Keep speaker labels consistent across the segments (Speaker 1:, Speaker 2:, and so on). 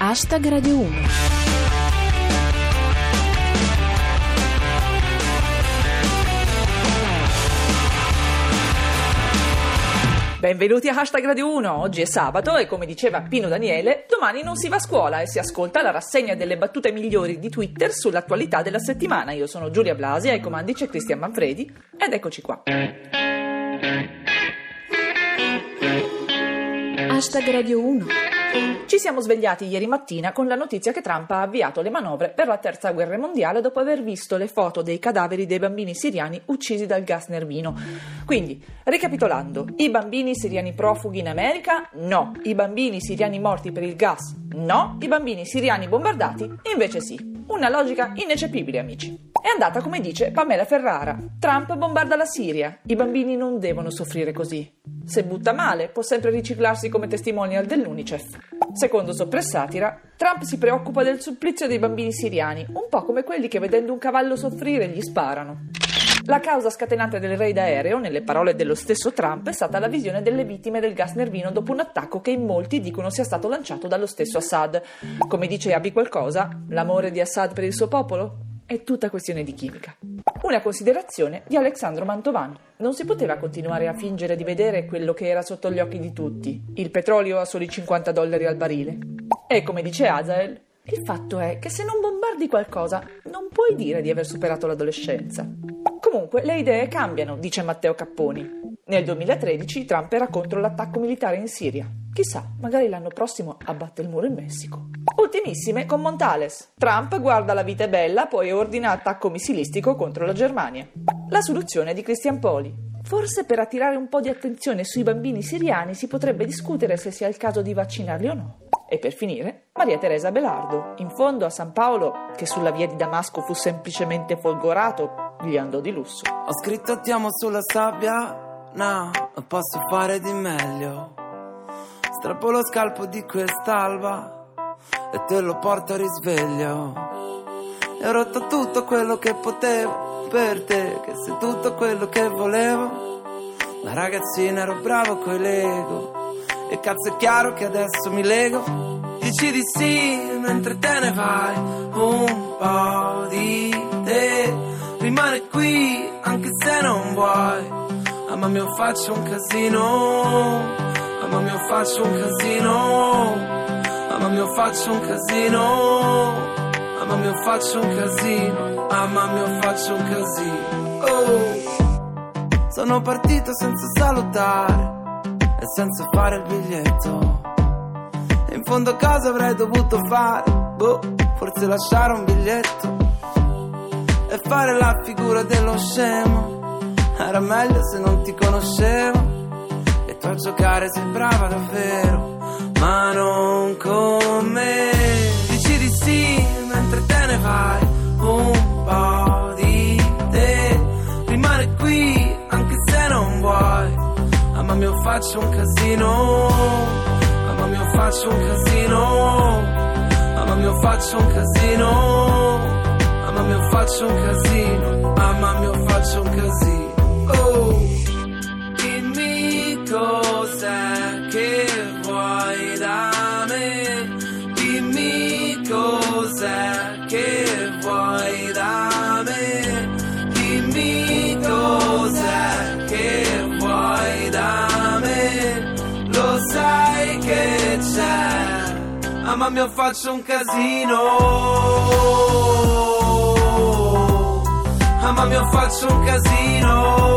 Speaker 1: Radio 1.
Speaker 2: Benvenuti a Radio 1, oggi è sabato e come diceva Pino Daniele, domani non si va a scuola e si ascolta la rassegna delle battute migliori di Twitter sull'attualità della settimana. Io sono Giulia Blasi, ai comandi c'è Cristian Manfredi ed eccoci qua.
Speaker 1: Radio 1.
Speaker 2: Ci siamo svegliati ieri mattina con la notizia che Trump ha avviato le manovre per la terza guerra mondiale dopo aver visto le foto dei cadaveri dei bambini siriani uccisi dal gas nervino. Quindi, ricapitolando, i bambini siriani profughi in America? No. I bambini siriani morti per il gas? No. I bambini siriani bombardati? Invece sì. Una logica ineccepibile, amici. È andata come dice Pamela Ferrara. Trump bombarda la Siria. I bambini non devono soffrire così. Se butta male, può sempre riciclarsi come testimonial dell'UNICEF. Secondo Soppressatira, Trump si preoccupa del supplizio dei bambini siriani, un po' come quelli che vedendo un cavallo soffrire gli sparano. La causa scatenante del raid aereo, nelle parole dello stesso Trump, è stata la visione delle vittime del gas nervino dopo un attacco che in molti dicono sia stato lanciato dallo stesso Assad. Come dice Abbi qualcosa, l'amore di Assad per il suo popolo? È tutta questione di chimica. Una considerazione di Alexandro Mantovan. Non si poteva continuare a fingere di vedere quello che era sotto gli occhi di tutti. Il petrolio a soli $50 al barile. E come dice Hazael, il fatto è che se non bombardi qualcosa non puoi dire di aver superato l'adolescenza. Comunque le idee cambiano, dice Matteo Capponi. Nel 2013 Trump era contro l'attacco militare in Siria. Chissà, magari l'anno prossimo abbatte il muro in Messico. Ultimissime con Montales. Trump guarda la vita è bella, poi ordina attacco missilistico contro la Germania. La soluzione di Christian Poli. Forse per attirare un po' di attenzione sui bambini siriani si potrebbe discutere se sia il caso di vaccinarli o no. E per finire, Maria Teresa Belardo. In fondo a San Paolo, che sulla via di Damasco fu semplicemente folgorato, gli andò di lusso.
Speaker 3: Ho scritto ti amo sulla sabbia, no, posso fare di meglio. Strappo lo scalpo di quest'alba e te lo porto a risveglio. E ho rotto tutto quello che potevo per te, che sei tutto quello che volevo. Da ragazzina ero bravo coi Lego e cazzo è chiaro che adesso mi lego. Dici di sì mentre te ne vai, un po' di te rimane qui anche se non vuoi. Mamma mia faccio un casino, mamma mia faccio un casino, mamma mia faccio un casino, mamma mia faccio un casino, mamma mia faccio un casino. Oh, sono partito senza salutare e senza fare il biglietto. E in fondo cosa avrei dovuto fare? Boh, forse lasciare un biglietto e fare la figura dello scemo. Era meglio se non ti conoscevo e tu a giocare sei brava davvero, ma non con me. Dici di sì mentre te ne vai, un po' di te rimane qui anche se non vuoi. Mamma mia faccio un casino, mamma mia faccio un casino, mamma mia faccio un casino, mamma mia faccio un casino, mamma mia faccio un casino. Oh, dimmi cos'è che vuoi da me, dimmi cos'è che vuoi da me, dimmi cos'è che vuoi da me, lo sai che c'è, mamma mia faccio un casino, mamma mia faccio un casino,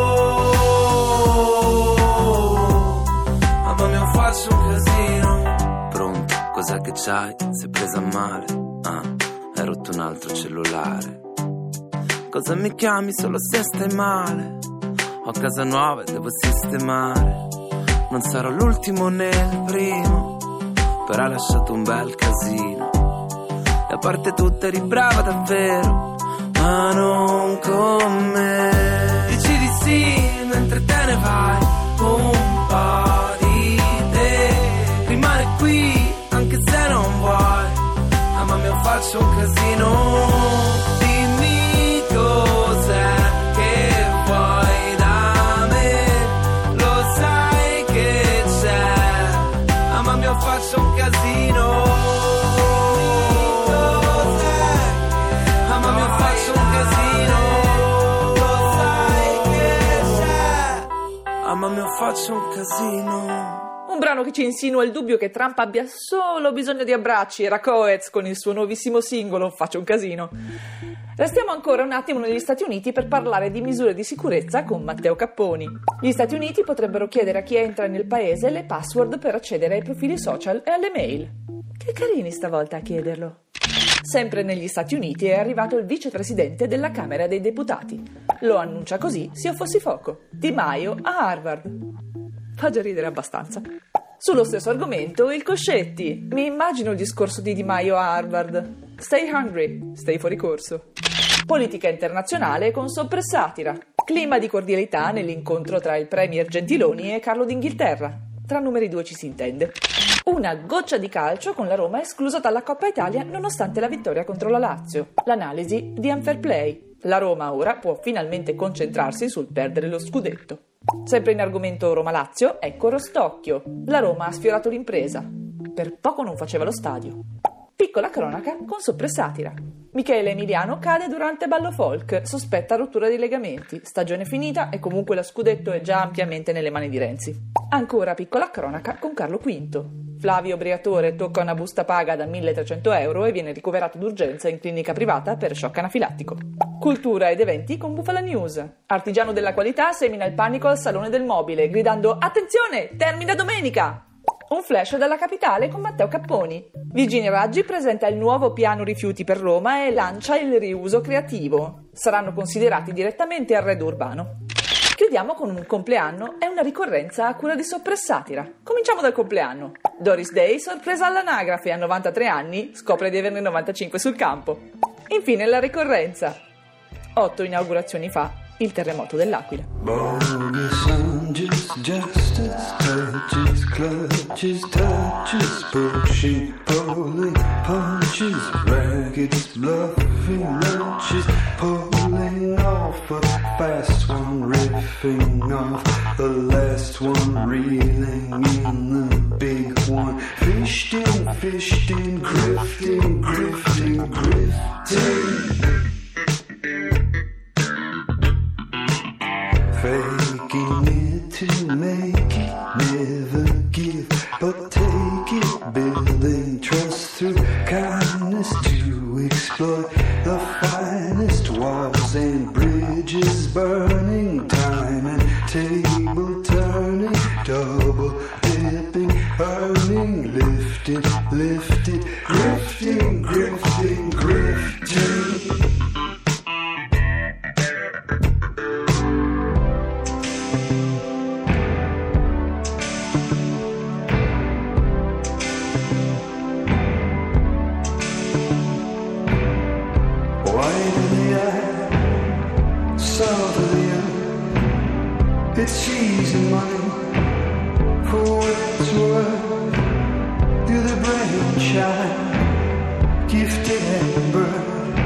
Speaker 3: mamma mia faccio un casino. Pronto, cos'è che c'hai? Sei presa a male? Ah, hai rotto un altro cellulare. Cosa mi chiami solo se stai male? Ho casa nuova e devo sistemare. Non sarò l'ultimo né il primo, però hai lasciato un bel casino. E a parte tutto eri brava davvero, ma non con me. Dici di sì mentre te ne vai, un po' di te rimane qui anche se non vuoi. Mamma mia faccio un casino, dimmi cos'è che vuoi da me, lo sai che c'è. Mamma mia faccio un casino, faccio un casino.
Speaker 2: Un brano che ci insinua il dubbio che Trump abbia solo bisogno di abbracci. Era Coez con il suo nuovissimo singolo Faccio un casino. Restiamo ancora un attimo negli Stati Uniti per parlare di misure di sicurezza con Matteo Capponi. Gli Stati Uniti potrebbero chiedere a chi entra nel paese le password per accedere ai profili social e alle mail. Che carini stavolta a chiederlo. Sempre negli Stati Uniti è arrivato il vicepresidente della Camera dei Deputati. Lo annuncia così, se io fossi fuoco. Di Maio a Harvard. Fa già ridere abbastanza. Sullo stesso argomento, il Coscetti. Mi immagino il discorso di Maio a Harvard. Stay hungry, stay fuori corso. Politica internazionale con soppressatira. Clima di cordialità nell'incontro tra il premier Gentiloni e Carlo d'Inghilterra. Tra numeri 2 ci si intende. Una goccia di calcio con la Roma esclusa dalla Coppa Italia nonostante la vittoria contro la Lazio. L'analisi di Unfair Play. La Roma ora può finalmente concentrarsi sul perdere lo scudetto. Sempre in argomento Roma-Lazio, ecco Rostocchio. La Roma ha sfiorato l'impresa. Per poco non faceva lo stadio. Piccola cronaca con soppressatira. Michele Emiliano cade durante ballo folk, sospetta rottura dei legamenti. Stagione finita e comunque lo scudetto è già ampiamente nelle mani di Renzi. Ancora piccola cronaca con Carlo V. Flavio Briatore tocca una busta paga da 1.300 euro e viene ricoverato d'urgenza in clinica privata per shock anafilattico. Cultura ed eventi con Bufala News. Artigiano della qualità semina il panico al Salone del Mobile, gridando «Attenzione, termina domenica!» Un flash dalla capitale con Matteo Capponi. Virginia Raggi presenta il nuovo piano rifiuti per Roma e lancia il riuso creativo. Saranno considerati direttamente arredo urbano. Chiudiamo con un compleanno e una ricorrenza a cura di soppressatira. Cominciamo dal compleanno. Doris Day, sorpresa all'anagrafe, a 93 anni, scopre di averne 95 sul campo. Infine la ricorrenza. 8 inaugurazioni fa, il terremoto dell'Aquila.
Speaker 4: Clutches, touches, pushing, pulling, punches, raggeds, bluffing, lunches, pulling off a fast one, riffing off the last one, reeling in the big one, fished in, grifting, faking it to make it, never give, but take it, building trust through kindness to exploit the finest walls and bridges burning, time and table turning, double dipping, earning, lifted, grifting. It's cheese and money, for what it's worth. You're the brainchild, gifted at birth.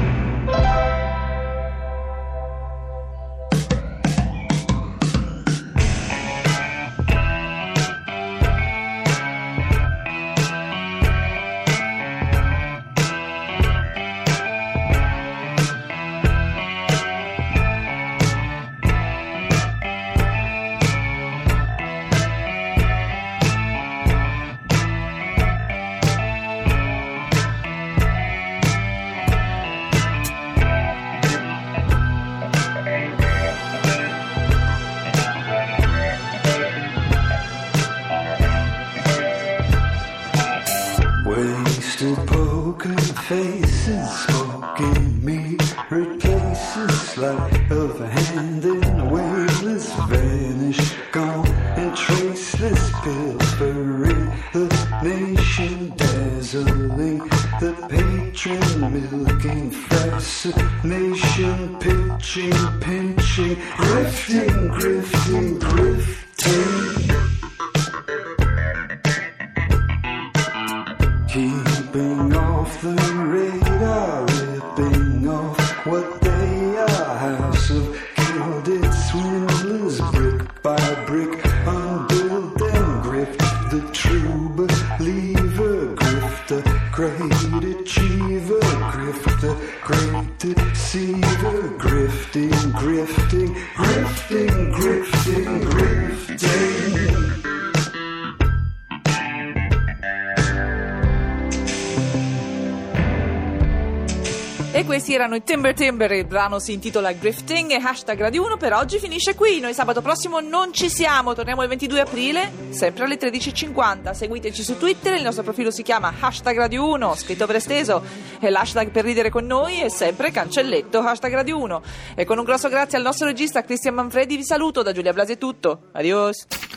Speaker 4: Wasted poker faces, smoking mirrored places, sleight of hand and waveless, vanish, gone and traceless, pilfering the nation, dazzling the patron, milking fascination, pitching, pinching, grifting. Keeping off the radar, ripping off what they are. House of gilded swindlers, brick by brick, unbuilt and grift the true believer. deceiver, grifter, great achiever, grifter, great deceiver, grifting, grifting, grifting, grifting, grifting.
Speaker 2: E questi erano i Timber Timber, il brano si intitola Grifting e hashtag Radio 1 per oggi finisce qui. Noi sabato prossimo non ci siamo, torniamo il 22 aprile, sempre alle 13.50. Seguiteci su Twitter, il nostro profilo si chiama hashtag Radio 1, scritto per esteso, e l'hashtag per ridere con noi è sempre cancelletto hashtag Radio 1. E con un grosso grazie al nostro regista Cristian Manfredi vi saluto, da Giulia Blasi è tutto, adios.